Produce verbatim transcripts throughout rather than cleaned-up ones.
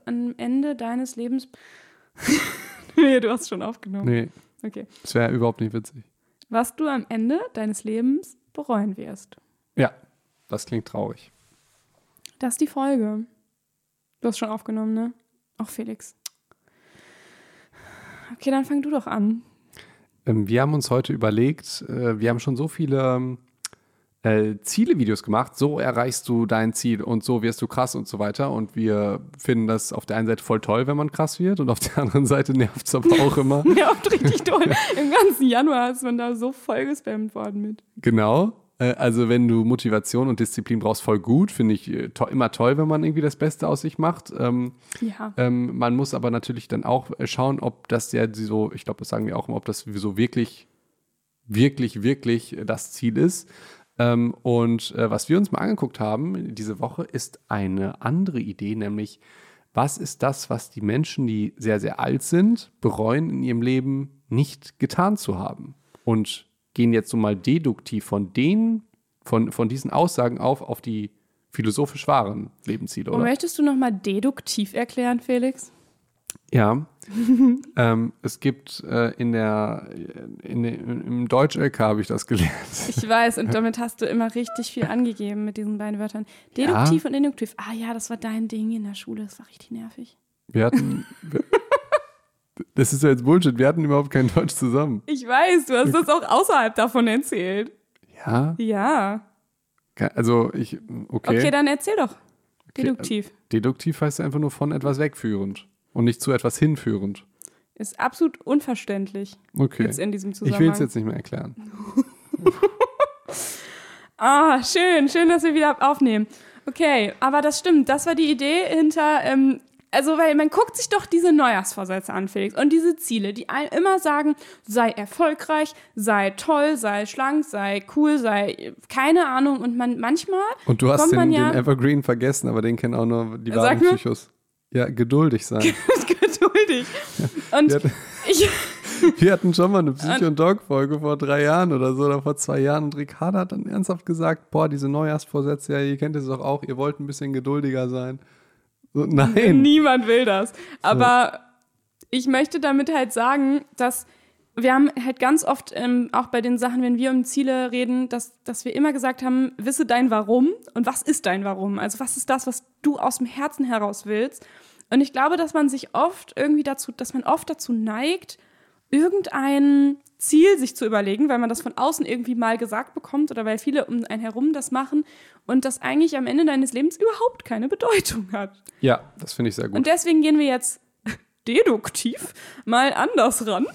am Ende deines Lebens... Nee, du hast schon aufgenommen. Nee, okay. Das wäre überhaupt nicht witzig. Was du am Ende deines Lebens bereuen wirst. Ja, das klingt traurig. Das ist die Folge. Du hast schon aufgenommen, ne? Auch Felix. Okay, dann fang du doch an. Ähm, wir haben uns heute überlegt, äh, wir haben schon so viele äh, Ziele-Videos gemacht. So erreichst du dein Ziel und so wirst du krass und so weiter. Und wir finden das auf der einen Seite voll toll, wenn man krass wird. Und auf der anderen Seite nervt es aber auch immer. Nervt richtig toll. Im ganzen Januar ist man da so voll gespammt worden mit. Genau. Also wenn du Motivation und Disziplin brauchst, voll gut. Finde ich äh, to- immer toll, wenn man irgendwie das Beste aus sich macht. Ähm, ja. ähm, man muss aber natürlich dann auch schauen, ob das ja so, ich glaube, das sagen wir auch immer, ob das so wirklich, wirklich, wirklich das Ziel ist. Ähm, und äh, was wir uns mal angeguckt haben diese Woche, ist eine andere Idee, nämlich was ist das, was die Menschen, die sehr, sehr alt sind, bereuen in ihrem Leben nicht getan zu haben? Und gehen jetzt so mal deduktiv von den, von, von diesen Aussagen auf, auf die philosophisch wahren Lebensziele, oder? Und möchtest du nochmal deduktiv erklären, Felix? Ja. ähm, es gibt äh, in der, in, in, im Deutsch-L K habe ich das gelernt. Ich weiß, und damit hast du immer richtig viel angegeben mit diesen beiden Wörtern. Deduktiv ja. und induktiv. Ah ja, das war dein Ding in der Schule, das war richtig nervig. Wir hatten... Wir, das ist ja jetzt Bullshit, wir hatten überhaupt kein Deutsch zusammen. Ich weiß, du hast das auch außerhalb davon erzählt. Ja? Ja. Also ich, okay. Okay, dann erzähl doch. Deduktiv. Okay. Deduktiv heißt einfach nur von etwas wegführend und nicht zu etwas hinführend. Ist absolut unverständlich. Okay. Jetzt in diesem Zusammenhang. Ich will es jetzt nicht mehr erklären. Ah, schön, schön, dass wir wieder aufnehmen. Okay, aber das stimmt, das war die Idee hinter, ähm, also weil man guckt sich doch diese Neujahrsvorsätze an, Felix, und diese Ziele, die einem immer sagen, sei erfolgreich, sei toll, sei schlank, sei cool, sei keine Ahnung, und man manchmal Und du hast kommt den, man ja, den Evergreen vergessen, aber den kennen auch nur die Sag wahren mir. Psychos. Ja, geduldig sein. geduldig. Und Wir hatten, ich... wir hatten schon mal eine Psycho- und Dog-Folge vor drei Jahren oder so, oder vor zwei Jahren, und Ricardo hat dann ernsthaft gesagt, boah, diese Neujahrsvorsätze, ja, ihr kennt es doch auch, ihr wollt ein bisschen geduldiger sein. So, nein. Niemand will das. Aber so. Ich möchte damit halt sagen, dass wir haben halt ganz oft, ähm, auch bei den Sachen, wenn wir um Ziele reden, dass, dass wir immer gesagt haben, wisse dein Warum und was ist dein Warum? Also was ist das, was du aus dem Herzen heraus willst? Und ich glaube, dass man sich oft irgendwie dazu, dass man oft dazu neigt, irgendein Ziel sich zu überlegen, weil man das von außen irgendwie mal gesagt bekommt oder weil viele um einen herum das machen und das eigentlich am Ende deines Lebens überhaupt keine Bedeutung hat. Ja, das finde ich sehr gut. Und deswegen gehen wir jetzt deduktiv mal anders ran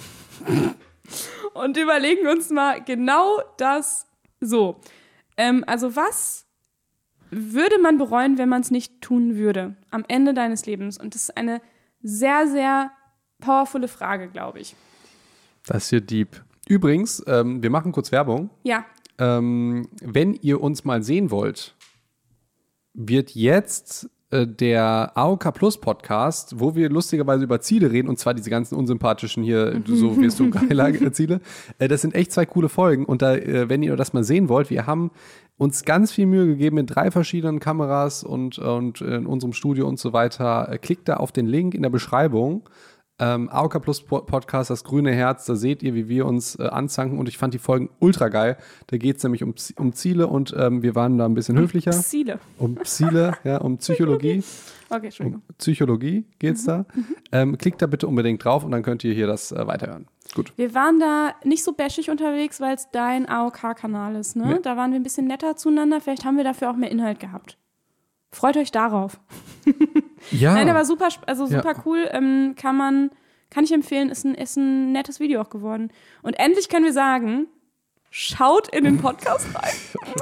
und überlegen uns mal genau das so. Ähm, also was würde man bereuen, wenn man es nicht tun würde am Ende deines Lebens? Und das ist eine sehr, sehr powervolle Frage, glaube ich. Das ist hier deep. Übrigens, ähm, wir machen kurz Werbung. Ja. Ähm, wenn ihr uns mal sehen wollt, wird jetzt äh, der A O K Plus Podcast, wo wir lustigerweise über Ziele reden, und zwar diese ganzen unsympathischen hier, so wirst du geiler Ziele. Äh, das sind echt zwei coole Folgen. Und da, äh, wenn ihr das mal sehen wollt, wir haben uns ganz viel Mühe gegeben mit drei verschiedenen Kameras und, und in unserem Studio und so weiter. Äh, klickt da auf den Link in der Beschreibung. Ähm, A O K Plus Podcast, das grüne Herz, da seht ihr, wie wir uns äh, anzanken, und ich fand die Folgen ultra geil. Da geht es nämlich um, um Ziele, und ähm, wir waren da ein bisschen höflicher. Um Ziele. Um Ziele, ja, um Psychologie. Okay, Entschuldigung. Um Psychologie geht's mhm. da. Ähm, klickt da bitte unbedingt drauf und dann könnt ihr hier das äh, weiterhören. Gut. Wir waren da nicht so bashig unterwegs, weil es dein A O K-Kanal ist, ne? Nee. Da waren wir ein bisschen netter zueinander, vielleicht haben wir dafür auch mehr Inhalt gehabt. Freut euch darauf. Ja. Nein, aber super, also super ja. cool. Ähm, kann man, kann ich empfehlen, ist ein, ist ein nettes Video auch geworden. Und endlich können wir sagen, schaut in den Podcast rein.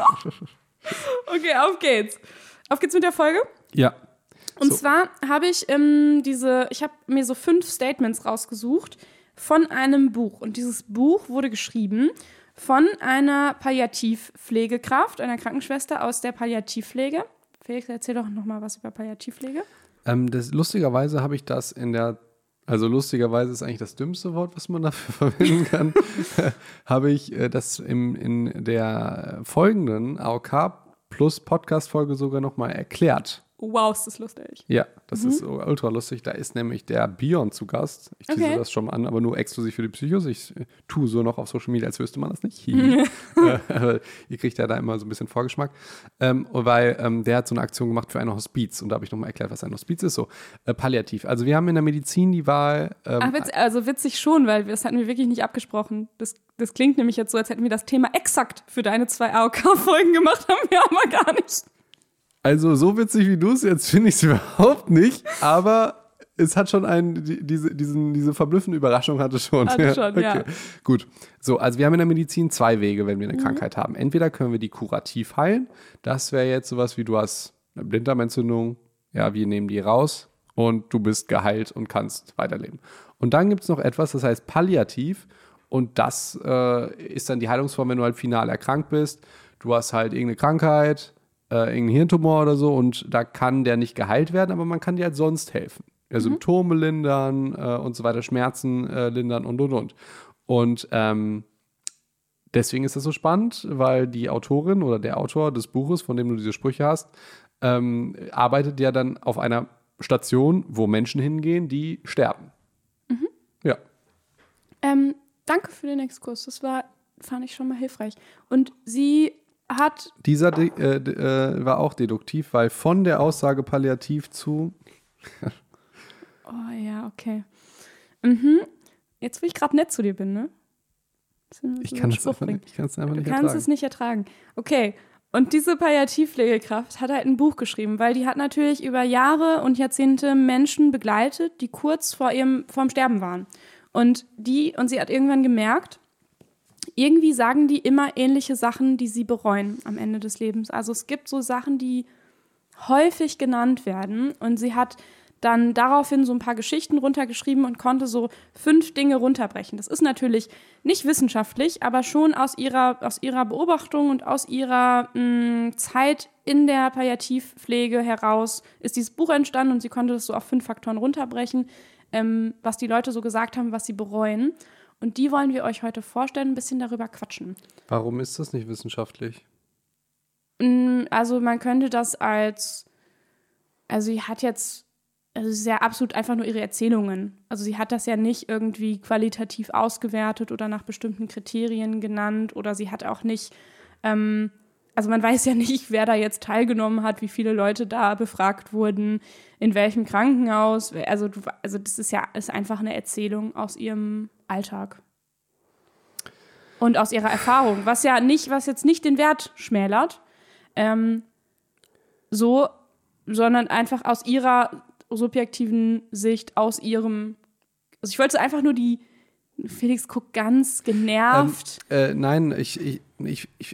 Okay, auf geht's. Auf geht's mit der Folge? Ja. Und so. zwar habe ich ähm, diese, ich habe mir so fünf Statements rausgesucht von einem Buch. Und dieses Buch wurde geschrieben von einer Palliativpflegekraft, einer Krankenschwester aus der Palliativpflege. Felix, erzähl doch noch mal was über Palliativpflege. Ähm, das, lustigerweise habe ich das in der, also lustigerweise ist eigentlich das dümmste Wort, was man dafür verwenden kann, habe ich äh, das im, in der folgenden A O K Plus Podcast-Folge sogar noch mal erklärt. wow, ist das lustig. Ja, das Mhm. ist ultra lustig. Da ist nämlich der Björn zu Gast. Ich tease Okay. das schon mal an, aber nur exklusiv für die Psychos. Ich äh, tue so noch auf Social Media, als wüsste man das nicht. äh, aber ihr kriegt ja da immer so ein bisschen Vorgeschmack. Ähm, weil ähm, der hat so eine Aktion gemacht für ein Hospiz. Und da habe ich nochmal erklärt, was ein Hospiz ist. So äh, palliativ. Also wir haben in der Medizin die Wahl. Ähm, Ach, witz, also witzig schon, weil wir, das hatten wir wirklich nicht abgesprochen. Das, das klingt nämlich jetzt so, als hätten wir das Thema exakt für deine zwei A O K-Folgen gemacht, haben wir aber gar nicht. Also so witzig wie du es jetzt finde ich es überhaupt nicht, aber es hat schon einen, die, diese, diesen, diese verblüffende Überraschung hatte schon. Hatte schon, ja. Gut, so, also wir haben in der Medizin zwei Wege, wenn wir eine mhm. Krankheit haben. Entweder können wir die kurativ heilen, das wäre jetzt sowas wie du hast eine Blinddarmentzündung, ja, wir nehmen die raus und du bist geheilt und kannst weiterleben. Und dann gibt es noch etwas, das heißt palliativ und das äh, ist dann die Heilungsform, wenn du halt final erkrankt bist, du hast halt irgendeine Krankheit, Äh, irgendein Hirntumor oder so und da kann der nicht geheilt werden, aber man kann dir halt sonst helfen. Ja, Symptome mhm. lindern äh, und so weiter, Schmerzen äh, lindern und und und. Und ähm, deswegen ist das so spannend, weil die Autorin oder der Autor des Buches, von dem du diese Sprüche hast, ähm, arbeitet ja dann auf einer Station, wo Menschen hingehen, die sterben. Mhm. Ja. Ähm, danke für den Exkurs, das war, fand ich schon mal hilfreich. Und sie hat... Dieser de- äh, äh, war auch deduktiv, weil von der Aussage palliativ zu... oh ja, okay. Mhm. Jetzt, wo ich gerade nett zu dir bin, ne? Ich kann es einfach nicht, ich kann's einfach nicht ertragen. Du ertragen. kannst es nicht ertragen. Okay. Und diese Palliativpflegekraft hat halt ein Buch geschrieben, weil die hat natürlich über Jahre und Jahrzehnte Menschen begleitet, die kurz vor ihrem vorm Sterben waren. Und die, und sie hat irgendwann gemerkt, irgendwie sagen die immer ähnliche Sachen, die sie bereuen am Ende des Lebens. Also es gibt so Sachen, die häufig genannt werden. Und sie hat dann daraufhin so ein paar Geschichten runtergeschrieben und konnte so fünf Dinge runterbrechen. Das ist natürlich nicht wissenschaftlich, aber schon aus ihrer, aus ihrer Beobachtung und aus ihrer mh, Zeit in der Palliativpflege heraus ist dieses Buch entstanden und sie konnte das so auf fünf Faktoren runterbrechen, ähm, was die Leute so gesagt haben, was sie bereuen. Und die wollen wir euch heute vorstellen, ein bisschen darüber quatschen. Warum ist das nicht wissenschaftlich? Also man könnte das als, also sie hat jetzt, also es ist ja absolut einfach nur ihre Erzählungen. Also sie hat das ja nicht irgendwie qualitativ ausgewertet oder nach bestimmten Kriterien genannt oder sie hat auch nicht, ähm, also man weiß ja nicht, wer da jetzt teilgenommen hat, wie viele Leute da befragt wurden, in welchem Krankenhaus. Also, du, also das ist ja ist einfach eine Erzählung aus ihrem Alltag. Und aus ihrer Erfahrung, was ja nicht, was jetzt nicht den Wert schmälert, ähm, so, sondern einfach aus ihrer subjektiven Sicht, aus ihrem, also ich wollte einfach nur die, Felix guckt ganz genervt. Ähm, äh, nein, ich, ich, ich, ich,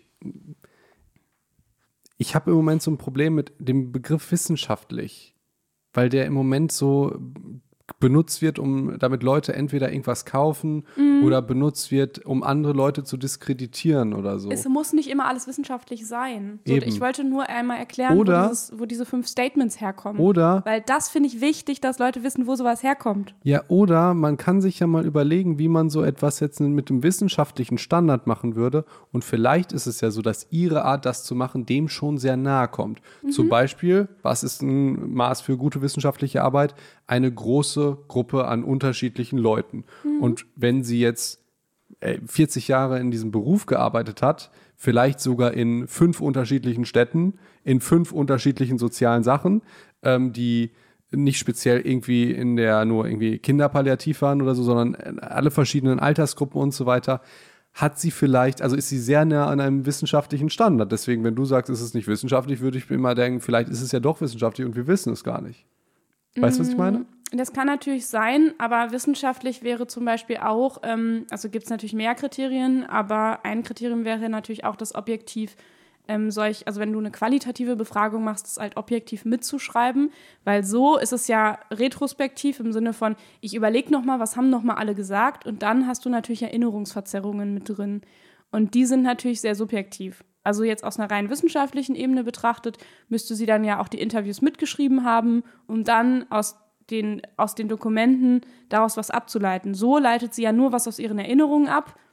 ich habe im Moment so ein Problem mit dem Begriff wissenschaftlich, weil der im Moment so benutzt wird, um damit Leute entweder irgendwas kaufen mm. oder benutzt wird, um andere Leute zu diskreditieren oder so. Es muss nicht immer alles wissenschaftlich sein. So, ich wollte nur einmal erklären, oder, wo, dieses, wo diese fünf Statements herkommen. Oder, weil das finde ich wichtig, dass Leute wissen, wo sowas herkommt. Ja, oder man kann sich ja mal überlegen, wie man so etwas jetzt mit dem wissenschaftlichen Standard machen würde. Und vielleicht ist es ja so, dass ihre Art, das zu machen, dem schon sehr nahe kommt. Mhm. Zum Beispiel, was ist ein Maß für gute wissenschaftliche Arbeit? Eine große Gruppe an unterschiedlichen Leuten. Mhm. Und wenn sie jetzt äh, vierzig Jahre in diesem Beruf gearbeitet hat, vielleicht sogar in fünf unterschiedlichen Städten, in fünf unterschiedlichen sozialen Sachen, ähm, die nicht speziell irgendwie in der nur irgendwie Kinderpalliativ waren oder so, sondern alle verschiedenen Altersgruppen und so weiter, hat sie vielleicht, also ist sie sehr nah an einem wissenschaftlichen Standard. Deswegen, wenn du sagst, es ist nicht wissenschaftlich, würde ich mir immer denken, vielleicht ist es ja doch wissenschaftlich und wir wissen es gar nicht. Weißt du, was ich meine? Das kann natürlich sein, aber wissenschaftlich wäre zum Beispiel auch, ähm, also gibt es natürlich mehr Kriterien, aber ein Kriterium wäre natürlich auch das objektiv, ähm, solch, also wenn du eine qualitative Befragung machst, das halt objektiv mitzuschreiben, weil so ist es ja retrospektiv im Sinne von, ich überlege nochmal, was haben nochmal alle gesagt und dann hast du natürlich Erinnerungsverzerrungen mit drin und die sind natürlich sehr subjektiv. Also jetzt aus einer rein wissenschaftlichen Ebene betrachtet, müsste sie dann ja auch die Interviews mitgeschrieben haben, um dann aus den, aus den Dokumenten daraus was abzuleiten. So leitet sie ja nur was aus ihren Erinnerungen ab.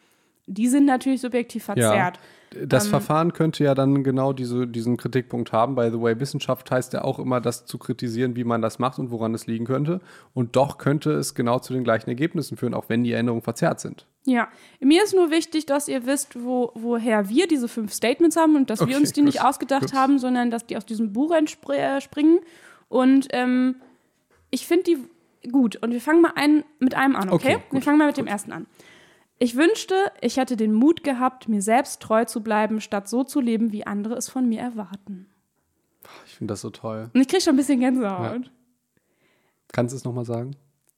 die sind natürlich subjektiv verzerrt. Ja. Das ähm, Verfahren könnte ja dann genau diese, diesen Kritikpunkt haben. By the way, Wissenschaft heißt ja auch immer, das zu kritisieren, wie man das macht und woran es liegen könnte. Und doch könnte es genau zu den gleichen Ergebnissen führen, auch wenn die Erinnerungen verzerrt sind. Ja, mir ist nur wichtig, dass ihr wisst, wo, woher wir diese fünf Statements haben und dass Okay, wir uns die gut, nicht ausgedacht gut. haben, sondern dass die aus diesem Buch entspringen. Und ähm, ich finde die gut. Und wir fangen mal ein, mit einem an, okay? Okay, gut, wir fangen mal mit gut. dem ersten an. Ich wünschte, ich hätte den Mut gehabt, mir selbst treu zu bleiben, statt so zu leben, wie andere es von mir erwarten. Ich finde das so toll. Und ich kriege schon ein bisschen Gänsehaut. Ja. Kannst du es nochmal sagen?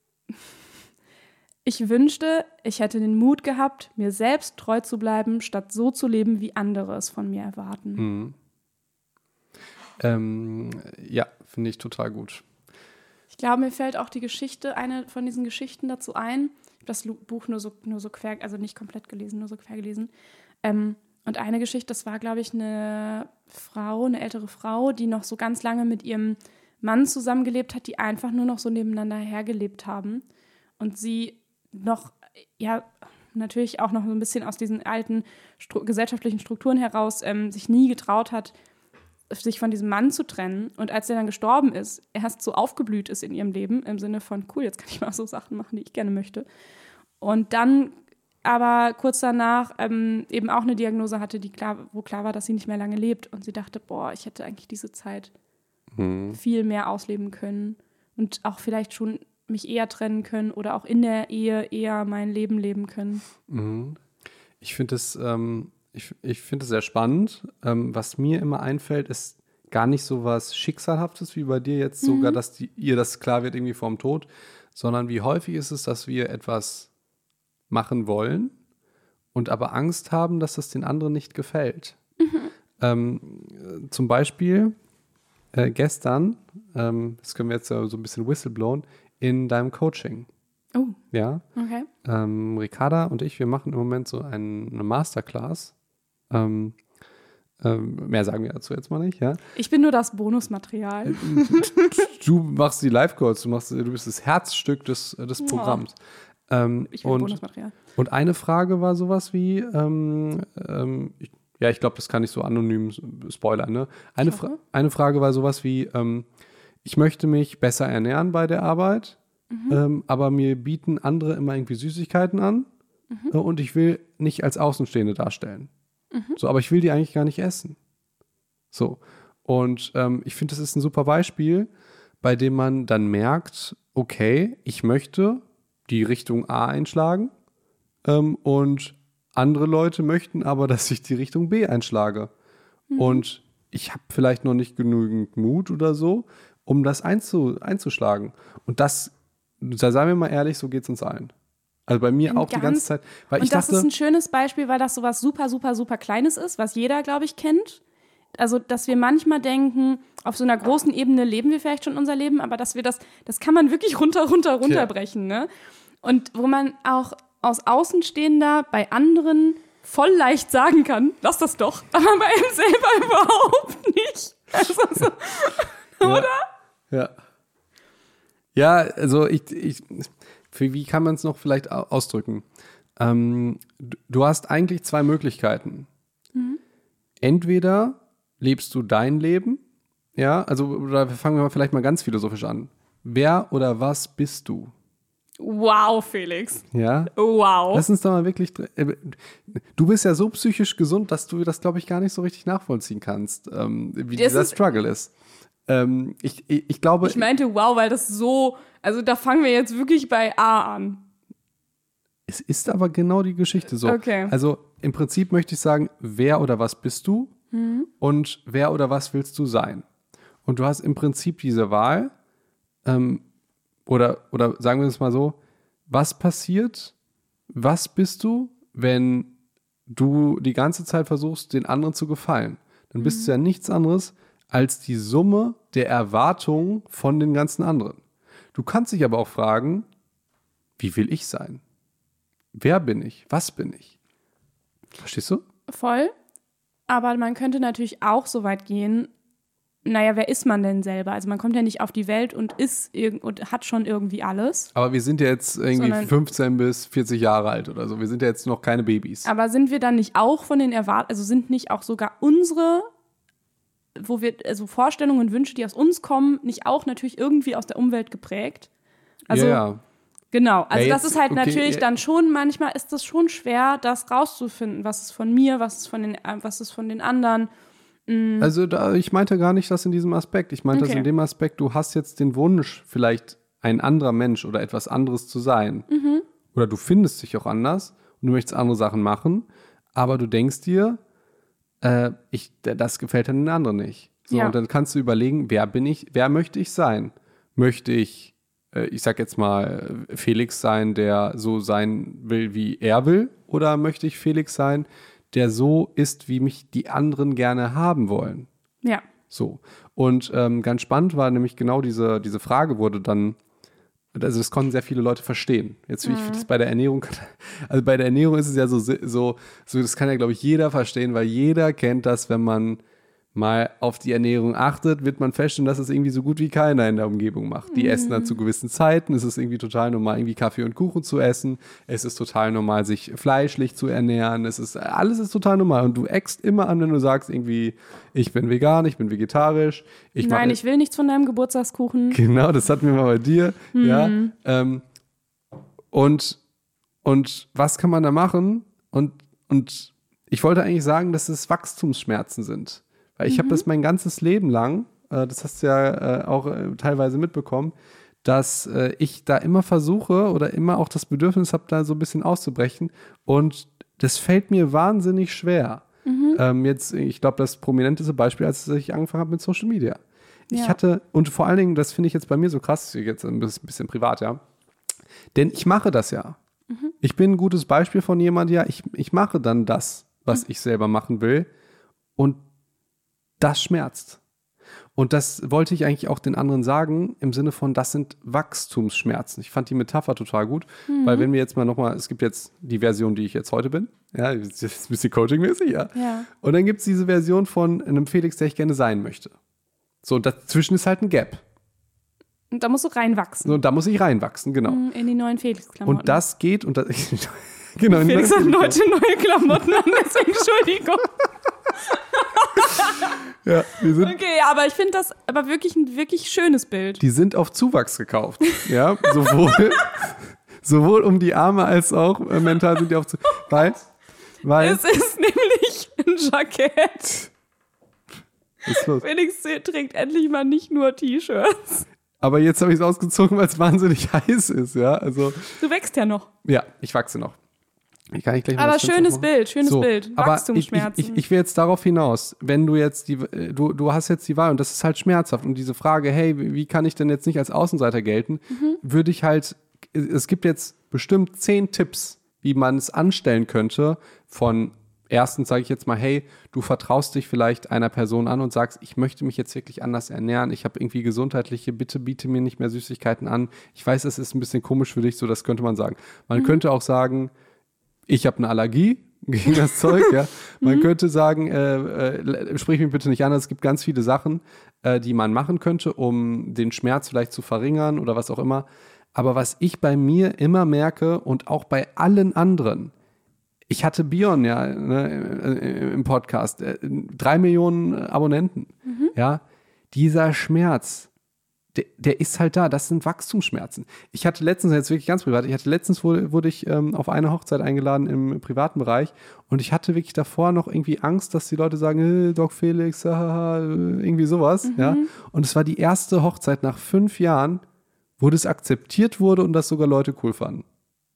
Ich wünschte, ich hätte den Mut gehabt, mir selbst treu zu bleiben, statt so zu leben, wie andere es von mir erwarten. Mhm. Ähm, ja, finde ich total gut. Ich glaube, mir fällt auch die Geschichte, eine von diesen Geschichten dazu ein. Ich habe das Lu- Buch nur so, nur so quer, also nicht komplett gelesen, nur so quer gelesen. Ähm, und eine Geschichte, das war, glaube ich, eine Frau, eine ältere Frau, die noch so ganz lange mit ihrem Mann zusammengelebt hat, die einfach nur noch so nebeneinander hergelebt haben. Und sie noch, ja, natürlich auch noch so ein bisschen aus diesen alten Stru- gesellschaftlichen Strukturen heraus ähm, sich nie getraut hat, sich von diesem Mann zu trennen. Und als er dann gestorben ist, erst so aufgeblüht ist in ihrem Leben, im Sinne von, cool, jetzt kann ich mal so Sachen machen, die ich gerne möchte. Und dann aber kurz danach ähm, eben auch eine Diagnose hatte, die klar, wo klar war, dass sie nicht mehr lange lebt. Und sie dachte, boah, ich hätte eigentlich diese Zeit Mhm. viel mehr ausleben können und auch vielleicht schon mich eher trennen können oder auch in der Ehe eher mein Leben leben können. Mhm. Ich finde es ähm, ich, ich find es sehr spannend. Ähm, was mir immer einfällt, ist gar nicht so was Schicksalhaftes wie bei dir jetzt sogar, Mhm. dass die, ihr das klar wird irgendwie vorm Tod, sondern wie häufig ist es, dass wir etwas machen wollen und aber Angst haben, dass es den anderen nicht gefällt. Ähm, äh, zum Beispiel äh, gestern, ähm, das können wir jetzt so so ein bisschen whistleblowen, in deinem Coaching. Oh, Ja, okay. ähm, Ricarda und ich, wir machen im Moment so ein, eine Masterclass. Ähm, ähm, mehr sagen wir dazu jetzt mal nicht, ja. Ich bin nur das Bonusmaterial. Du machst die Live-Calls, du, machst, du bist das Herzstück des, des Ja. Programms. Ähm, Ich bin und, Bonusmaterial. und eine Frage war sowas wie, ähm, ähm, ich, ja, ich glaube, das kann ich so anonym s- spoilern, ne? Eine, Ich hoffe. Fra- eine Frage war sowas wie, ähm, ich möchte mich besser ernähren bei der Arbeit, ähm, aber mir bieten andere immer irgendwie Süßigkeiten an äh, und ich will nicht als Außenstehende darstellen. So, aber ich will die eigentlich gar nicht essen. So. Und ähm, ich finde, das ist ein super Beispiel, bei dem man dann merkt, okay, ich möchte die Richtung A einschlagen ähm, und andere Leute möchten aber, dass ich die Richtung B einschlage. Und ich habe vielleicht noch nicht genügend Mut oder so, um das einzu, einzuschlagen. Und das, da seien wir mal ehrlich, so geht es uns allen. Also bei mir In auch die ganz- ganze Zeit. Weil Und ich das dachte, ist ein schönes Beispiel, weil das sowas super, super, super Kleines ist, was jeder, glaube ich, kennt. Also, dass wir manchmal denken, auf so einer großen Ebene leben wir vielleicht schon unser Leben, aber dass wir das, das kann man wirklich runter, runter, runterbrechen, ne? Und wo man auch aus Außenstehender bei anderen voll leicht sagen kann, lass das doch, aber bei ihm selber überhaupt nicht. Also so, oder? Ja. Ja, also ich, ich für wie kann man es noch vielleicht au- ausdrücken? Ähm, du, du hast eigentlich zwei Möglichkeiten. Entweder lebst du dein Leben, ja, also oder fangen wir mal vielleicht mal ganz philosophisch an. Wer oder was bist du? wow, Felix. Ja? Wow. Lass uns da mal wirklich. dr- äh, Du bist ja so psychisch gesund, dass du das, glaube ich, gar nicht so richtig nachvollziehen kannst, ähm, wie Das dieser ist- Struggle ist. Ähm, ich, ich, ich glaube. Ich meinte, wow, weil das so, also da fangen wir jetzt wirklich bei A an. Es ist aber genau die Geschichte so. Okay. Also im Prinzip möchte ich sagen, wer oder was bist du und wer oder was willst du sein? Und du hast im Prinzip diese Wahl, ähm, oder, oder sagen wir es mal so, was passiert, was bist du, wenn du die ganze Zeit versuchst, den anderen zu gefallen? Dann bist du ja nichts anderes als die Summe der Erwartungen von den ganzen anderen. Du kannst dich aber auch fragen, wie will ich sein? Wer bin ich? Was bin ich? Verstehst du? Voll. Aber man könnte natürlich auch so weit gehen, naja, wer ist man denn selber? Also man kommt ja nicht auf die Welt und ist irg- und hat schon irgendwie alles. Aber wir sind ja jetzt irgendwie Sondern- fünfzehn bis vierzig Jahre alt oder so. Wir sind ja jetzt noch keine Babys. Aber sind wir dann nicht auch von den Erwartungen, also sind nicht auch sogar unsere, wo wir, also Vorstellungen und Wünsche, die aus uns kommen, nicht auch natürlich irgendwie aus der Umwelt geprägt? Also ja, ja. genau, also Ja, das jetzt- ist halt okay, natürlich ja. dann schon, manchmal ist es schon schwer, das rauszufinden, was ist von mir, was ist von den, äh, was ist von den anderen. Also da, ich meinte gar nicht das in diesem Aspekt. Ich meinte das Okay. in dem Aspekt, du hast jetzt den Wunsch, vielleicht ein anderer Mensch oder etwas anderes zu sein. Mhm. Oder du findest dich auch anders und du möchtest andere Sachen machen, aber du denkst dir, äh, ich, das gefällt dann den anderen nicht. So, Ja. und dann kannst du überlegen, wer bin ich, wer möchte ich sein? Möchte ich, äh, ich sag jetzt mal, äh, Felix sein, der so sein will, wie er will? Oder möchte ich Felix sein, der so ist, wie mich die anderen gerne haben wollen? Ja. So. Und ähm, ganz spannend war nämlich genau diese, diese Frage wurde dann, also das konnten sehr viele Leute verstehen. Jetzt, wie ich das bei der Ernährung, also bei der Ernährung ist es ja so, so, so das kann ja, glaube ich, jeder verstehen, weil jeder kennt das, wenn man mal auf die Ernährung achtet, wird man feststellen, dass es irgendwie so gut wie keiner in der Umgebung macht. Die essen dann zu gewissen Zeiten. Es ist irgendwie total normal, irgendwie Kaffee und Kuchen zu essen. Es ist total normal, sich fleischlich zu ernähren. Es ist, alles ist total normal. Und du eckst immer an, wenn du sagst irgendwie, ich bin vegan, ich bin vegetarisch. Ich Nein, mach, ich will nichts von deinem Geburtstagskuchen. Genau, das hatten wir mal bei dir. Mhm. Ja. Ähm, und, und was kann man da machen? Und, und ich wollte eigentlich sagen, dass es Wachstumsschmerzen sind. Weil ich Mhm. habe das mein ganzes Leben lang, äh, das hast du ja äh, auch äh, teilweise mitbekommen, dass äh, ich da immer versuche oder immer auch das Bedürfnis habe, da so ein bisschen auszubrechen. Und das fällt mir wahnsinnig schwer. Mhm. Ähm, jetzt, ich glaube, das prominenteste Beispiel, als ich angefangen habe mit Social Media. Ich Ja. hatte, und vor allen Dingen, das finde ich jetzt bei mir so krass, jetzt ein bisschen, bisschen privat, ja. Denn ich mache das ja. Mhm. Ich bin ein gutes Beispiel von jemand, ja, ich, ich mache dann das, was ich selber machen will. Und das schmerzt. Und das wollte ich eigentlich auch den anderen sagen, im Sinne von, das sind Wachstumsschmerzen. Ich fand die Metapher total gut, weil wenn wir jetzt mal nochmal, es gibt jetzt die Version, die ich jetzt heute bin, ja, das ist ein bisschen coachingmäßig, ja. Ja. Und dann gibt es diese Version von einem Felix, der ich gerne sein möchte. So, und dazwischen ist halt ein Gap. Und da musst du reinwachsen. So, und da muss ich reinwachsen, genau. In die neuen Felix-Klamotten. Und das geht, und das, genau. in die Felix neuen hat Felix- heute neue Klamotten an, deswegen Entschuldigung. Ja, die sind, Okay, ja, aber ich finde das aber wirklich ein wirklich schönes Bild. die sind auf Zuwachs gekauft. Ja, sowohl, sowohl um die Arme als auch äh, mental sind die auf Zuwachs. Weil, weil, Es ist nämlich ein Jackett. was ist los? Felix trägt endlich mal nicht nur T-Shirts. Aber jetzt habe ich es ausgezogen, weil es wahnsinnig heiß ist, ja. Also, Du wächst ja noch. ja, ich wachse noch. Ich kann nicht gleich mal Aber das Fenster schönes aufmachen. Bild, schönes So, Bild. aber Wachstumsschmerzen. Ich, ich, ich, ich will jetzt darauf hinaus, wenn du jetzt die, äh, du, du hast jetzt die Wahl und das ist halt schmerzhaft und diese Frage, hey, wie wie kann ich denn jetzt nicht als Außenseiter gelten, Mhm. würde ich halt, es gibt jetzt bestimmt zehn Tipps, wie man es anstellen könnte von erstens sage ich jetzt mal, hey, du vertraust dich vielleicht einer Person an und sagst, ich möchte mich jetzt wirklich anders ernähren, ich habe irgendwie gesundheitliche, bitte biete mir nicht mehr Süßigkeiten an. Ich weiß, das ist ein bisschen komisch für dich, so das könnte man sagen. Man Mhm. könnte auch sagen, ich habe eine Allergie gegen das Zeug, ja. Man könnte sagen, äh, äh, sprich mich bitte nicht an, es gibt ganz viele Sachen, äh, die man machen könnte, um den Schmerz vielleicht zu verringern oder was auch immer. Aber was ich bei mir immer merke und auch bei allen anderen, ich hatte Bion ja ne, äh, im Podcast, äh, drei Millionen Abonnenten, ja, dieser Schmerz, Der, der ist halt da, das sind Wachstumsschmerzen. Ich hatte letztens, jetzt wirklich ganz privat, ich hatte letztens, wurde, wurde ich ähm, auf eine Hochzeit eingeladen im privaten Bereich und ich hatte wirklich davor noch irgendwie Angst, dass die Leute sagen, hey, Doc Felix, haha, irgendwie sowas, Mhm. ja. Und es war die erste Hochzeit nach fünf Jahren, wo das akzeptiert wurde und das sogar Leute cool fanden.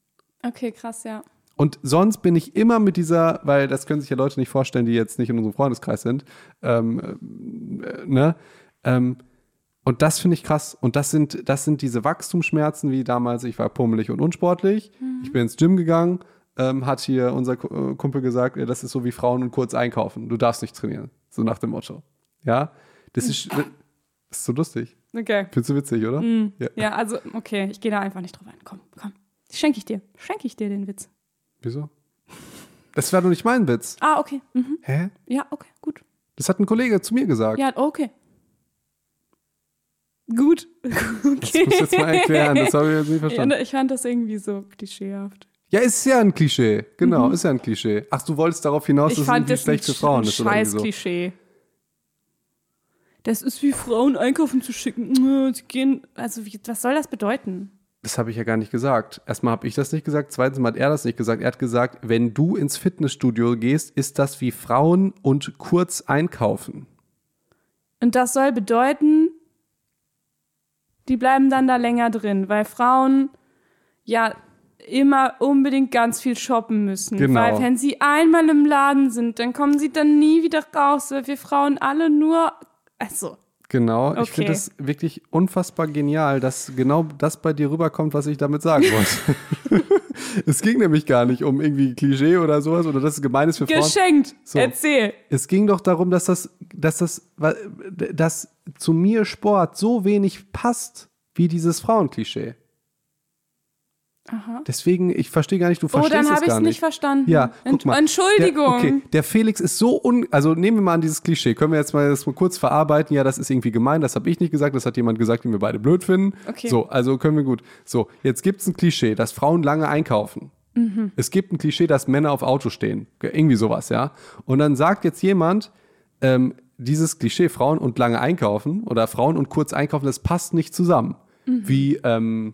Okay, krass, ja. Und sonst bin ich immer mit dieser, weil das können sich ja Leute nicht vorstellen, die jetzt nicht in unserem Freundeskreis sind, ähm, äh, ne, ähm, und das finde ich krass. Und das sind, das sind diese Wachstumsschmerzen, wie damals, ich war pummelig und unsportlich. Mhm. Ich bin ins Gym gegangen, ähm, hat hier unser Kumpel gesagt, ja, das ist so wie Frauen und kurz einkaufen. Du darfst nicht trainieren. So nach dem Motto. Ja, das ist, das ist so lustig. Okay. Findest du witzig, oder? Mhm. Ja. Ja, also, okay, ich gehe da einfach nicht drauf ein. Komm, komm. Schenke ich dir. Schenke ich dir den Witz. Wieso? Das war doch nicht mein Witz. Ah, okay. Mhm. Hä? Ja, okay, gut. Das hat ein Kollege zu mir gesagt. Ja, okay. Gut. Okay. Das musst du jetzt mal erklären, das habe ich jetzt nicht verstanden. Ja, ich fand das irgendwie so klischeehaft. Ja, ist ja ein Klischee. Genau, mhm. ist ja ein Klischee. Ach, du wolltest darauf hinaus, ich dass es irgendwie schlecht für Frauen ist. Ich fand das ein scheiß Klischee. Das ist wie Frauen einkaufen zu schicken. Sie gehen, also wie, was soll das bedeuten? Das habe ich ja gar nicht gesagt. Erstmal habe ich das nicht gesagt, zweitens mal hat er das nicht gesagt. Er hat gesagt, wenn du ins Fitnessstudio gehst, ist das wie Frauen und kurz einkaufen. Und das soll bedeuten, die bleiben dann da länger drin, weil Frauen ja immer unbedingt ganz viel shoppen müssen. Genau. Weil wenn sie einmal im Laden sind, dann kommen sie dann nie wieder raus, weil wir Frauen alle nur, also... Genau, okay. Ich finde das wirklich unfassbar genial, dass genau das bei dir rüberkommt, was ich damit sagen wollte. Es ging nämlich gar nicht um irgendwie Klischee oder sowas oder dass es gemein ist für Frauen. Geschenkt, so. Erzähl. Es ging doch darum, dass das, dass das, dass zu mir Sport so wenig passt wie dieses Frauenklischee. Aha. Deswegen, ich verstehe gar nicht, du verstehst es gar nicht. Oh, dann habe ich es nicht verstanden. Ja, guck mal. Entschuldigung. Der, okay, der Felix ist so un... Also nehmen wir mal an dieses Klischee. Können wir jetzt mal das mal kurz verarbeiten? Ja, das ist irgendwie gemein, das habe ich nicht gesagt, das hat jemand gesagt, den wir beide blöd finden. Okay. So, also können wir gut. So, jetzt gibt es ein Klischee, dass Frauen lange einkaufen. Mhm. Es gibt ein Klischee, dass Männer auf Auto stehen. Irgendwie sowas, ja. Und dann sagt jetzt jemand, ähm, dieses Klischee, Frauen und lange einkaufen oder Frauen und kurz einkaufen, das passt nicht zusammen. Mhm. Wie, ähm...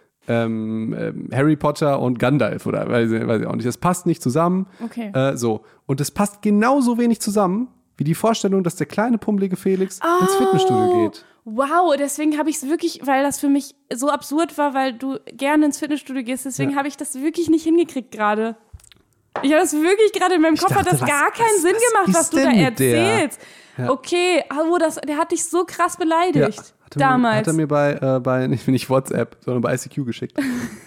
Ähm, ähm, Harry Potter und Gandalf oder weiß ich, weiß ich auch nicht. Das passt nicht zusammen. Okay. Äh, so. Und es passt genauso wenig zusammen wie die Vorstellung, dass der kleine, pummelige Felix oh, ins Fitnessstudio geht. Wow, deswegen habe ich es wirklich, weil das für mich so absurd war, weil du gerne ins Fitnessstudio gehst, deswegen ja. habe ich das wirklich nicht hingekriegt gerade. Ich habe das wirklich gerade in meinem Kopf, dachte, hat das was, gar keinen was, Sinn was gemacht, was du da erzählst. Ja. Okay, oh, das, der hat dich so krass beleidigt. Ja. Hat er Damals. Mir, hat er mir bei, äh, bei nicht, nicht WhatsApp, sondern bei I C Q geschickt.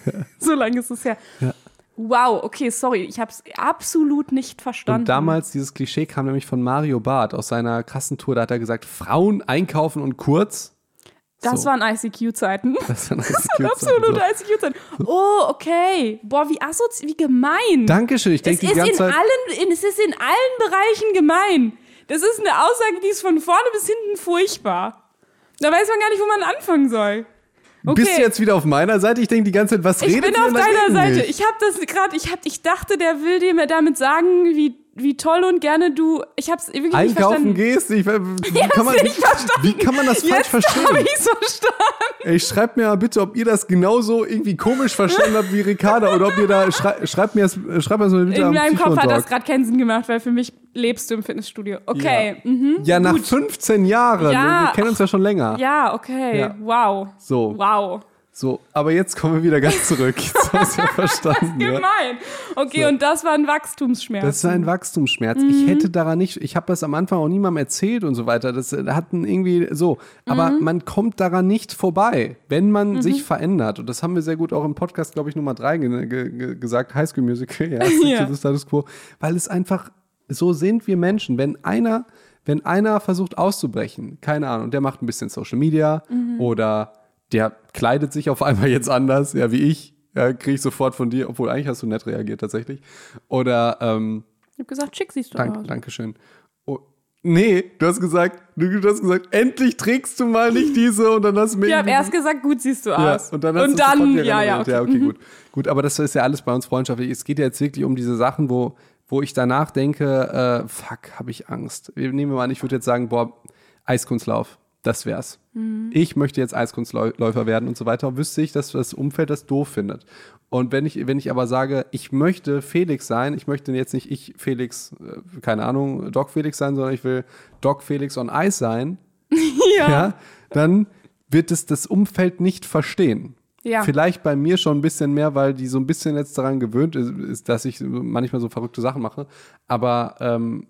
So lange ist es her. Ja. Wow, okay, sorry, ich habe es absolut nicht verstanden. Und damals, dieses Klischee kam nämlich von Mario Barth aus seiner Kassentour, da hat er gesagt, Frauen einkaufen und kurz. Das so. waren I C Q-Zeiten. Das waren I C Q-Zeiten. Absolute so. I C Q-Zeiten. Oh, okay. Boah, wie assozi, wie gemein. Dankeschön, ich denke die ganze in Zeit... Allen, es ist in allen Bereichen gemein. Das ist eine Aussage, die ist von vorne bis hinten furchtbar. Da weiß man gar nicht, wo man anfangen soll. Okay. Bist du jetzt wieder auf meiner Seite? Ich denke die ganze Zeit, was ich redet ihr? Ich bin auf deiner Seite. Nicht? Ich habe das gerade, ich, ich dachte, der will dir damit sagen, wie, wie toll und gerne du, ich habe es wirklich einkaufen nicht verstanden. Gehst, ich, wie, Jetzt kann man, nicht verstanden. Wie kann man das falsch Jetzt verstehen? habe ich es verstanden. Ey, schreibt mir mal bitte, ob ihr das genauso irgendwie komisch verstanden habt wie Ricarda oder ob ihr da, schrei, schreibt mir das, schreibt mir das mal bitte. In meinem Kopf hat das gerade keinen Sinn gemacht, weil für mich lebst du im Fitnessstudio. Okay. Ja, mhm. ja nach Gut. fünfzehn Jahren. Ja. Wir kennen uns ja schon länger. Ja, okay. Ja. Wow. So. Wow. So, aber jetzt kommen wir wieder ganz zurück. Jetzt hast du ja verstanden. Das ist gemein. Okay, so. Und das war ein Wachstumsschmerz. Das war ein Wachstumsschmerz. Mhm. Ich hätte daran nicht, ich habe das am Anfang auch niemandem erzählt und so weiter. Das hatten irgendwie so. Aber mhm. man kommt daran nicht vorbei, wenn man mhm. sich verändert. Und das haben wir sehr gut auch im Podcast, glaube ich, Nummer drei ge- ge- gesagt, High School Musical, ja, ja. Status Quo. Weil es einfach, so sind wir Menschen. Wenn einer, wenn einer versucht auszubrechen, keine Ahnung, der macht ein bisschen Social Media mhm. oder der kleidet sich auf einmal jetzt anders, ja, wie ich, ja, kriege ich sofort von dir, obwohl eigentlich hast du nett reagiert tatsächlich. Oder, ähm, ich hab gesagt, schick siehst du dank, aus. Dankeschön. Oh, nee, du hast gesagt, du, du hast gesagt, endlich trägst du mal nicht diese und dann hast du mir Ich habe erst gesagt, gut siehst du aus. Ja, und dann, hast und du dann ja, ja, ja, okay. ja, okay, mhm. gut. Gut, aber das ist ja alles bei uns freundschaftlich. Es geht ja jetzt wirklich um diese Sachen, wo, wo ich danach denke, äh, fuck, habe ich Angst. Nehmen wir mal an, ich würde jetzt sagen, boah, Eiskunstlauf. Das wär's. Mhm. Ich möchte jetzt Eiskunstläufer werden und so weiter. Und wüsste ich, dass das Umfeld das doof findet. Und wenn ich, wenn ich aber sage, ich möchte Felix sein, ich möchte jetzt nicht ich Felix, äh, keine Ahnung, Doc Felix sein, sondern ich will Doc Felix on Eis sein, ja. ja, dann wird es das Umfeld nicht verstehen. Ja. Vielleicht bei mir schon ein bisschen mehr, weil die so ein bisschen jetzt daran gewöhnt ist, ist dass ich manchmal so verrückte Sachen mache. Aber ähm,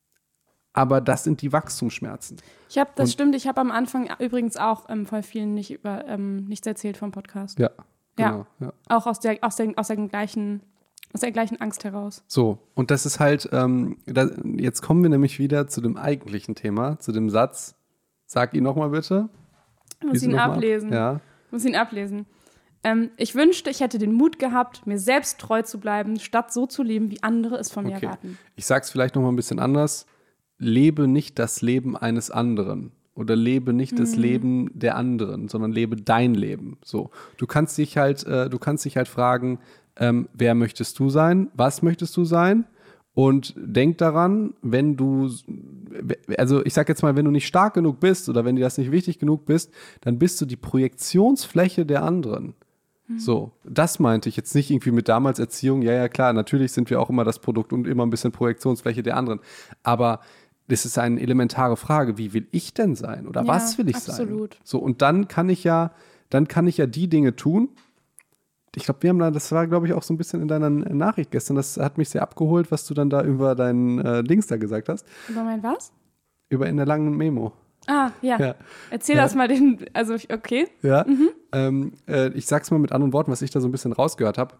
Aber das sind die Wachstumsschmerzen. Ich habe, das und, stimmt, ich habe am Anfang übrigens auch ähm, voll vielen nicht über, ähm, nichts erzählt vom Podcast. Ja, genau. Ja, ja. Auch aus der, aus, der, aus, der gleichen, aus der gleichen Angst heraus. So, und das ist halt, ähm, da, jetzt kommen wir nämlich wieder zu dem eigentlichen Thema, zu dem Satz, sag ihn nochmal bitte. Ich muss ihn ablesen. Ja. Ich muss ihn ablesen. Ähm, ich wünschte, ich hätte den Mut gehabt, mir selbst treu zu bleiben, statt so zu leben, wie andere es von mir okay. erwarten. Ich sag's vielleicht nochmal ein bisschen anders. Lebe nicht das Leben eines anderen. oder lebe nicht mhm. das Leben der anderen, sondern lebe dein Leben. So, du kannst dich halt, äh, du kannst dich halt fragen, ähm, wer möchtest du sein, was möchtest du sein? Und denk daran, wenn du, also ich sag jetzt mal, wenn du nicht stark genug bist oder wenn dir das nicht wichtig genug bist, dann bist du die Projektionsfläche der anderen. Mhm. So, das meinte ich jetzt nicht irgendwie mit damals Erziehung. Ja, ja, klar, natürlich sind wir auch immer das Produkt und immer ein bisschen Projektionsfläche der anderen. Aber das ist eine elementare Frage, wie will ich denn sein oder ja, was will ich absolut. sein? So, und dann kann ich ja, dann kann ich ja die Dinge tun. Ich glaube, wir haben da, das war, glaube ich, auch so ein bisschen in deiner Nachricht gestern, das hat mich sehr abgeholt, was du dann da über deinen äh, Dings da gesagt hast. Über mein was? Über in der langen Memo. Ah, ja. ja. Erzähl ja. das mal den, also okay. Ja, mhm. ähm, äh, ich sag's mal mit anderen Worten, was ich da so ein bisschen rausgehört habe.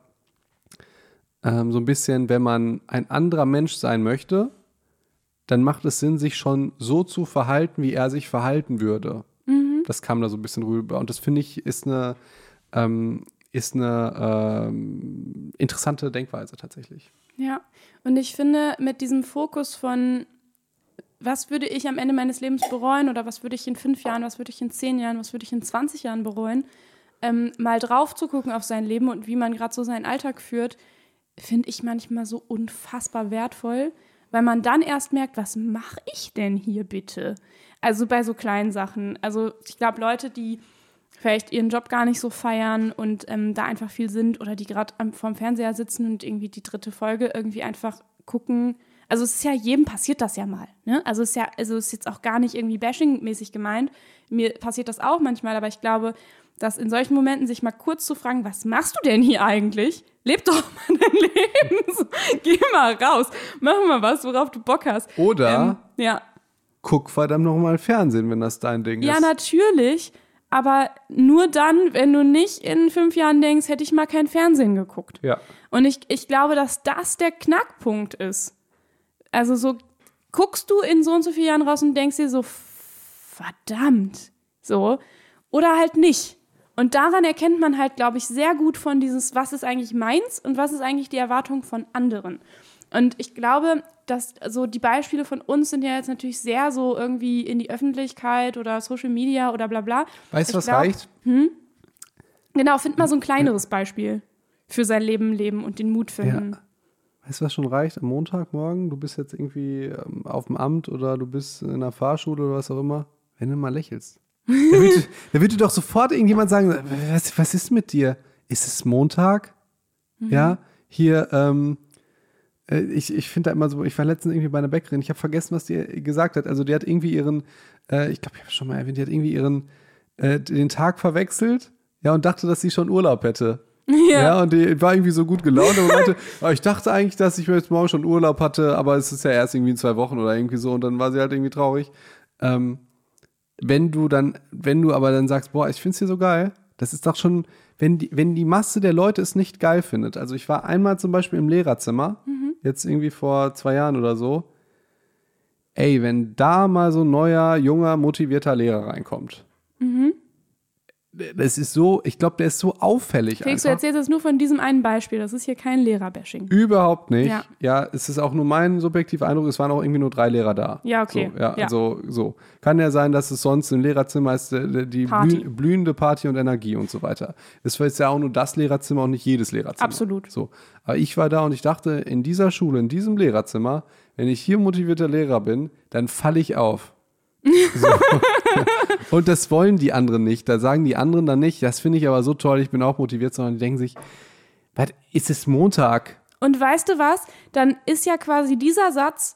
Ähm, so ein bisschen, wenn man ein anderer Mensch sein möchte, dann macht es Sinn, sich schon so zu verhalten, wie er sich verhalten würde. Mhm. Das kam da so ein bisschen rüber. Und das, finde ich, ist eine, ähm, ist eine ähm, interessante Denkweise tatsächlich. Ja, und ich finde, mit diesem Fokus von, was würde ich am Ende meines Lebens bereuen oder was würde ich in fünf Jahren, was würde ich in zehn Jahren, was würde ich in zwanzig Jahren bereuen, ähm, mal drauf zu gucken auf sein Leben und wie man gerade so seinen Alltag führt, finde ich manchmal so unfassbar wertvoll, weil man dann erst merkt, was mache ich denn hier bitte? Also bei so kleinen Sachen. Also ich glaube, Leute, die vielleicht ihren Job gar nicht so feiern und ähm, da einfach viel sind oder die gerade vorm Fernseher sitzen und irgendwie die dritte Folge irgendwie einfach gucken. Also es ist ja, jedem passiert das ja mal. Ne? Also es ist ja, also es ist jetzt auch gar nicht irgendwie bashing-mäßig gemeint. Mir passiert das auch manchmal, aber ich glaube, dass in solchen Momenten sich mal kurz zu fragen, was machst du denn hier eigentlich? Leb doch mal dein Leben. So, geh mal raus. Mach mal was, worauf du Bock hast. Oder ähm, ja. guck verdammt nochmal Fernsehen, wenn das dein Ding ja, ist. Ja, natürlich. Aber nur dann, wenn du nicht in fünf Jahren denkst, hätte ich mal kein Fernsehen geguckt. Ja. Und ich, ich glaube, dass das der Knackpunkt ist. Also so guckst du in so und so vielen Jahren raus und denkst dir so, verdammt, so. Oder halt nicht. Und daran erkennt man halt, glaube ich, sehr gut von dieses, was ist eigentlich meins und was ist eigentlich die Erwartung von anderen. Und ich glaube, dass so die Beispiele von uns sind ja jetzt natürlich sehr so irgendwie in die Öffentlichkeit oder Social Media oder bla bla. Weißt du, was glaub, reicht? Hm? Genau, find mal so ein kleineres Beispiel für sein Leben leben und den Mut finden. Ja. Weißt du, was schon reicht? Am Montagmorgen, du bist jetzt irgendwie ähm, auf dem Amt oder du bist in einer Fahrschule oder was auch immer, wenn du mal lächelst. Da würde, da würde doch sofort irgendjemand sagen, was, was ist mit dir? Ist es Montag? Mhm. Ja, hier, ähm, äh, ich, ich finde da immer so, ich war letztens irgendwie bei einer Bäckerin, ich habe vergessen, was die gesagt hat. Also die hat irgendwie ihren, äh, ich glaube, ich habe schon mal erwähnt, die hat irgendwie ihren, äh, den Tag verwechselt, ja, und dachte, dass sie schon Urlaub hätte. Ja. ja, und die war irgendwie so gut gelaunt und meinte, oh, ich dachte eigentlich, dass ich jetzt morgen schon Urlaub hatte, aber es ist ja erst irgendwie in zwei Wochen oder irgendwie so und dann war sie halt irgendwie traurig. Ähm, Wenn du dann, wenn du aber dann sagst, boah, ich find's hier so geil, das ist doch schon, wenn die, wenn die Masse der Leute es nicht geil findet. Also ich war einmal zum Beispiel im Lehrerzimmer, mhm. jetzt irgendwie vor zwei Jahren oder so. Ey, wenn da mal so ein neuer, junger, motivierter Lehrer reinkommt. Mhm. Das ist so, ich glaube, der ist so auffällig. Felix, du erzählst jetzt nur von diesem einen Beispiel. Das ist hier kein Lehrerbashing. Überhaupt nicht. Ja. ja, es ist auch nur mein subjektiver Eindruck, es waren auch irgendwie nur drei Lehrer da. Ja, okay. So, ja, ja. Also so. Kann ja sein, dass es sonst im Lehrerzimmer ist äh, die Party. blüh- blühende Party und Energie und so weiter. Es ist ja auch nur das Lehrerzimmer und nicht jedes Lehrerzimmer. Absolut. So. Aber ich war da und ich dachte, in dieser Schule, in diesem Lehrerzimmer, wenn ich hier motivierter Lehrer bin, dann falle ich auf. So. Und das wollen die anderen nicht. Da sagen die anderen dann nicht, das finde ich aber so toll, ich bin auch motiviert, sondern die denken sich, was, ist es Montag? Und weißt du was? Dann ist ja quasi dieser Satz,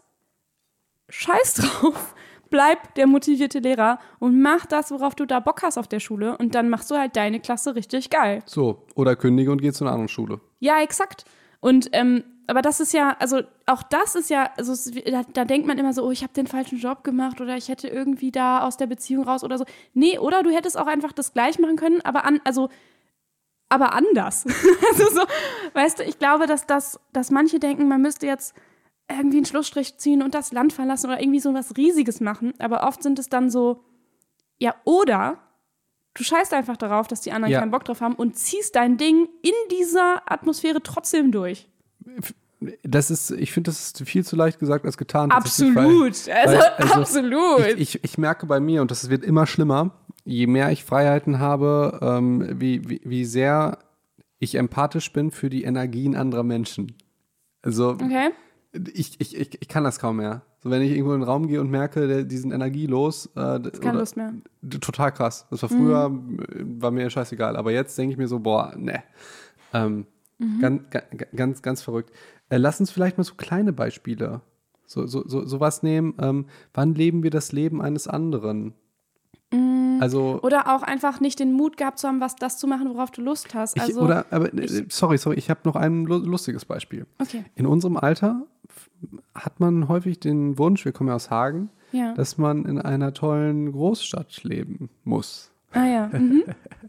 scheiß drauf, bleib der motivierte Lehrer und mach das, worauf du da Bock hast auf der Schule und dann machst du halt deine Klasse richtig geil. So, oder kündige und geh zu einer anderen Schule. Ja, exakt. Und ähm, aber das ist ja, also auch das ist ja, also da, da denkt man immer so, oh, ich habe den falschen Job gemacht oder ich hätte irgendwie da aus der Beziehung raus oder so. Nee, oder du hättest auch einfach das gleich machen können, aber an, also, aber anders. Also so, weißt du, ich glaube, dass das, dass manche denken, man müsste jetzt irgendwie einen Schlussstrich ziehen und das Land verlassen oder irgendwie so was Riesiges machen. Aber oft sind es dann so, ja, oder du scheißt einfach darauf, dass die anderen ja. keinen Bock drauf haben und ziehst dein Ding in dieser Atmosphäre trotzdem durch. das ist, ich finde, das ist viel zu leicht gesagt als getan. Absolut, weil, also, weil, also absolut. Ich, ich, ich merke bei mir, und das wird immer schlimmer, je mehr ich Freiheiten habe, ähm, wie, wie, wie sehr ich empathisch bin für die Energien anderer Menschen. Also Okay. ich, ich, ich, ich kann das kaum mehr. So, wenn ich irgendwo in den Raum gehe und merke, der, die sind energielos. Äh, Keine oder, Lust mehr. Total krass. Das war früher, mhm. war mir scheißegal. Aber jetzt denke ich mir so, boah, ne. Ähm, mhm. ganz, ganz, ganz verrückt. Äh, lass uns vielleicht mal so kleine Beispiele, so, so, so, so was nehmen. Ähm, wann leben wir das Leben eines anderen? Mhm. Also, oder auch einfach nicht den Mut gehabt zu haben, was das zu machen, worauf du Lust hast. Also, ich, oder, aber, ich, sorry, sorry, ich habe noch ein lustiges Beispiel. Okay. In unserem Alter hat man häufig den Wunsch, wir kommen ja aus Hagen, ja. dass man in einer tollen Großstadt leben muss. Ah ja. Mhm.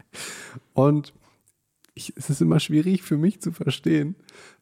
Und ich, es ist immer schwierig für mich zu verstehen,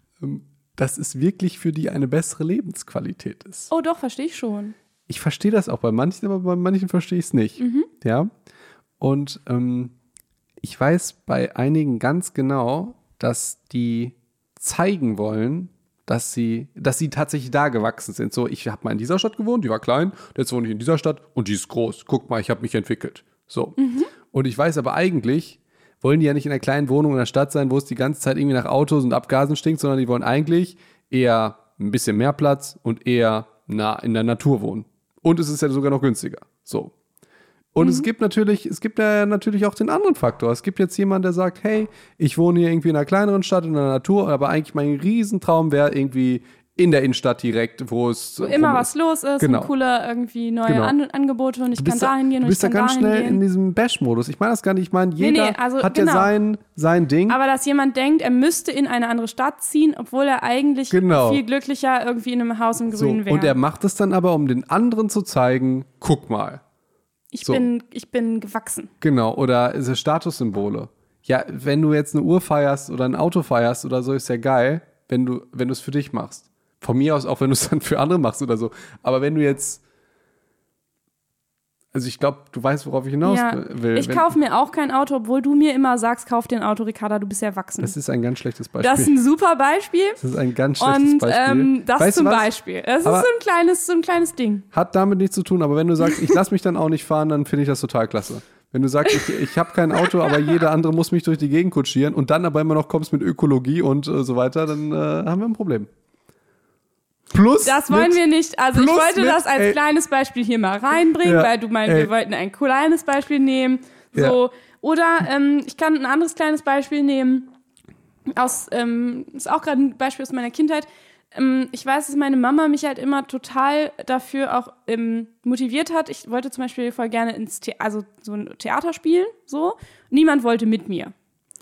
dass es wirklich für die eine bessere Lebensqualität ist. Oh doch, verstehe ich schon. Ich verstehe das auch bei manchen, aber bei manchen verstehe ich es nicht. Mhm. Ja. Und ähm, ich weiß bei einigen ganz genau, dass die zeigen wollen, dass sie, dass sie tatsächlich da gewachsen sind. So, ich habe mal in dieser Stadt gewohnt, die war klein, jetzt wohne ich in dieser Stadt und die ist groß. Guck mal, ich habe mich entwickelt. So. Mhm. Und ich weiß aber eigentlich, wollen die ja nicht in einer kleinen Wohnung in der Stadt sein, wo es die ganze Zeit irgendwie nach Autos und Abgasen stinkt, sondern die wollen eigentlich eher ein bisschen mehr Platz und eher nah in der Natur wohnen. Und es ist ja sogar noch günstiger. So. Und mhm. es gibt natürlich, es gibt ja natürlich auch den anderen Faktor. Es gibt jetzt jemanden, der sagt, hey, ich wohne hier irgendwie in einer kleineren Stadt, in der Natur, aber eigentlich mein Riesentraum wäre irgendwie in der Innenstadt direkt, wo es wo immer was los ist, genau. und coole irgendwie neue genau. An- Angebote und ich kann da hingehen und ich kann da hingehen. Du bist da ganz schnell in diesem Bash-Modus. Ich meine das gar nicht. Ich meine, jeder nee, nee, also, hat genau. ja sein, sein Ding. Aber dass jemand denkt, er müsste in eine andere Stadt ziehen, obwohl er eigentlich genau. viel glücklicher irgendwie in einem Haus im Grünen so, wäre. Und er macht es dann aber, um den anderen zu zeigen, guck mal. Ich, so. bin, ich bin gewachsen. Genau, oder diese Statussymbole. Ja, wenn du jetzt eine Uhr feierst oder ein Auto feierst oder so, ist ja geil, wenn du, wenn du es für dich machst. Von mir aus auch, wenn du es dann für andere machst oder so. Aber wenn du jetzt, also ich glaube, du weißt, worauf ich hinaus ja, will. Ich kaufe mir auch kein Auto, obwohl du mir immer sagst, kauf dir ein Auto, Ricarda, du bist erwachsen. Das ist ein ganz schlechtes Beispiel. Das ist ein super Beispiel. Das ist ein ganz schlechtes und, Beispiel. Ähm, das weißt zum du was? Beispiel. Das aber ist so ein, kleines, so ein kleines Ding. Hat damit nichts zu tun, aber wenn du sagst, ich lass mich dann auch nicht fahren, dann finde ich das total klasse. Wenn du sagst, ich, ich habe kein Auto, aber jeder andere muss mich durch die Gegend kutschieren und dann aber immer noch kommst mit Ökologie und äh, so weiter, dann äh, haben wir ein Problem. Plus das wollen mit, wir nicht. Also ich wollte mit, das als ey, kleines Beispiel hier mal reinbringen, ja, weil du meinst, wir wollten ein kleines Beispiel nehmen. So. Ja. Oder ähm, ich kann ein anderes kleines Beispiel nehmen. Aus, ähm, ist auch gerade ein Beispiel aus meiner Kindheit. Ähm, ich weiß, dass meine Mama mich halt immer total dafür auch ähm, motiviert hat. Ich wollte zum Beispiel voll gerne ins The- also so ein Theater spielen. So. Niemand wollte mit mir.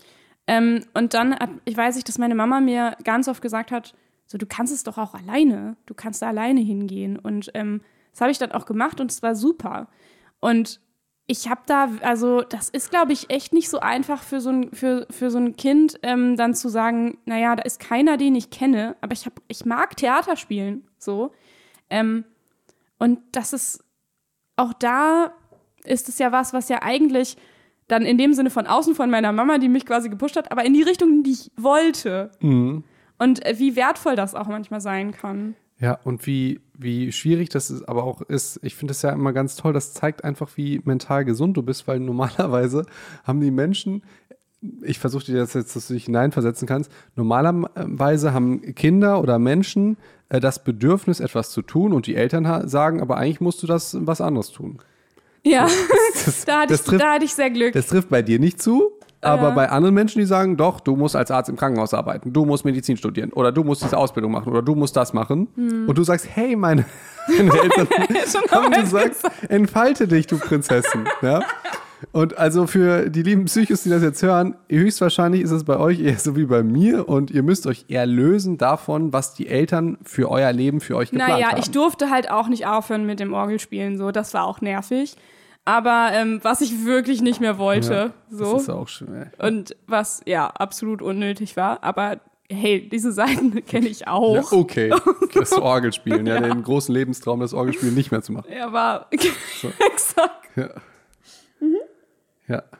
Ähm, und dann, hat, ich weiß ich, dass meine Mama mir ganz oft gesagt hat, so, du kannst es doch auch alleine. Du kannst da alleine hingehen. Und ähm, das habe ich dann auch gemacht und es war super. Und ich habe da, also das ist, glaube ich, echt nicht so einfach für so ein, für, für so ein Kind, ähm, dann zu sagen, naja, da ist keiner, den ich kenne, aber ich, hab, ich mag Theater spielen. So. Ähm, und das ist, auch da ist es ja was, was ja eigentlich dann in dem Sinne von außen von meiner Mama, die mich quasi gepusht hat, aber in die Richtung, die ich wollte. Mhm. Und wie wertvoll das auch manchmal sein kann. Ja, und wie, wie schwierig das ist, aber auch ist, ich finde das ja immer ganz toll, das zeigt einfach, wie mental gesund du bist, weil normalerweise haben die Menschen, ich versuche dir das jetzt, dass du dich hineinversetzen kannst, normalerweise haben Kinder oder Menschen äh, das Bedürfnis, etwas zu tun und die Eltern ha- sagen, aber eigentlich musst du das was anderes tun. Ja, so, das, da, hatte ich, trifft, da hatte ich sehr Glück. Das trifft bei dir nicht zu. Aber ja. bei anderen Menschen, die sagen, doch, du musst als Arzt im Krankenhaus arbeiten, du musst Medizin studieren oder du musst diese Ausbildung machen oder du musst das machen. Hm. Und du sagst, hey, meine, meine Eltern haben gesagt, entfalte dich, du Prinzessin. Ja? Und also für die lieben Psychos, die das jetzt hören, höchstwahrscheinlich ist es bei euch eher so wie bei mir und ihr müsst euch eher lösen davon, was die Eltern für euer Leben für euch geplant naja, haben. Naja, ich durfte halt auch nicht aufhören mit dem Orgelspielen, so, das war auch nervig. Aber ähm, was ich wirklich nicht mehr wollte. Ja, so. Das ist auch schön. Und was, ja, absolut unnötig war. Aber hey, diese Seiten kenne ich auch. Ja, okay, das Orgelspielen, ja, ja, den großen Lebenstraum, das Orgelspielen nicht mehr zu machen. Ja, war so. exakt. Ja. Mhm. Ja.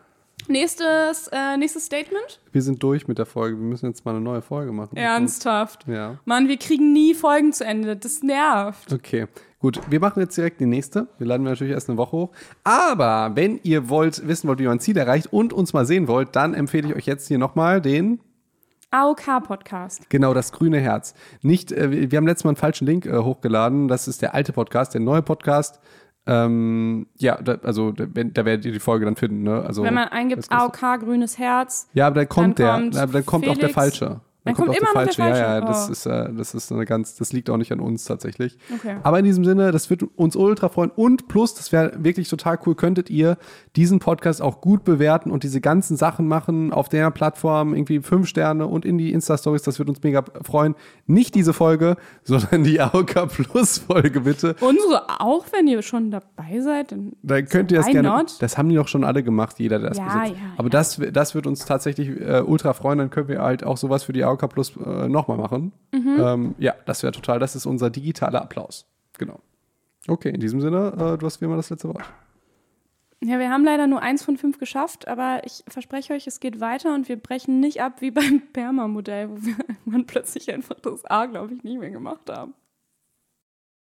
Nächstes, äh, nächstes Statement? Wir sind durch mit der Folge. Wir müssen jetzt mal eine neue Folge machen. Ernsthaft? Und, ja. Mann, wir kriegen nie Folgen zu Ende. Das nervt. Okay, gut. Wir machen jetzt direkt die nächste. Wir laden wir natürlich erst eine Woche hoch. Aber wenn ihr wollt, wissen wollt, wie man ein Ziel erreicht und uns mal sehen wollt, dann empfehle ich euch jetzt hier nochmal den A O K-Podcast. Genau, das grüne Herz. Nicht, äh, wir haben letztes Mal einen falschen Link äh, hochgeladen. Das ist der alte Podcast, der neue Podcast. Ähm, ja, da, also da, da werdet ihr die Folge dann finden. Ne? Also, wenn man eingibt A O K, grünes Herz. Ja, aber dann kommt dann der, kommt aber dann kommt auch der Felix. falsche. Dann kommt auch immer noch der falsche. Ja, ja, das Oh. ist, äh, das ist eine ganz, das liegt auch nicht an uns tatsächlich. Okay. Aber in diesem Sinne, das wird uns ultra freuen. Und plus, das wäre wirklich total cool, könntet ihr diesen Podcast auch gut bewerten und diese ganzen Sachen machen auf der Plattform, irgendwie fünf Sterne und in die Insta-Stories, das würde uns mega freuen. Nicht diese Folge, sondern die A O K Plus Folge, bitte. Unsere auch, wenn ihr schon dabei seid. Dann Da könnt ihr why das gerne. not? Das haben die doch schon alle gemacht, jeder, der das Ja, besitzt. ja, Aber ja. das, das wird uns tatsächlich äh, ultra freuen. Dann können wir halt auch sowas für die A O K Plus äh, nochmal machen. Mhm. Ähm, ja, das wäre total. Das ist unser digitaler Applaus. Genau. Okay, in diesem Sinne, äh, du hast wie immer das letzte Wort. Ja, wir haben leider nur eins von fünf geschafft, aber ich verspreche euch, es geht weiter und wir brechen nicht ab wie beim Perma-Modell, wo wir irgendwann plötzlich einfach das A, glaube ich, nicht mehr gemacht haben.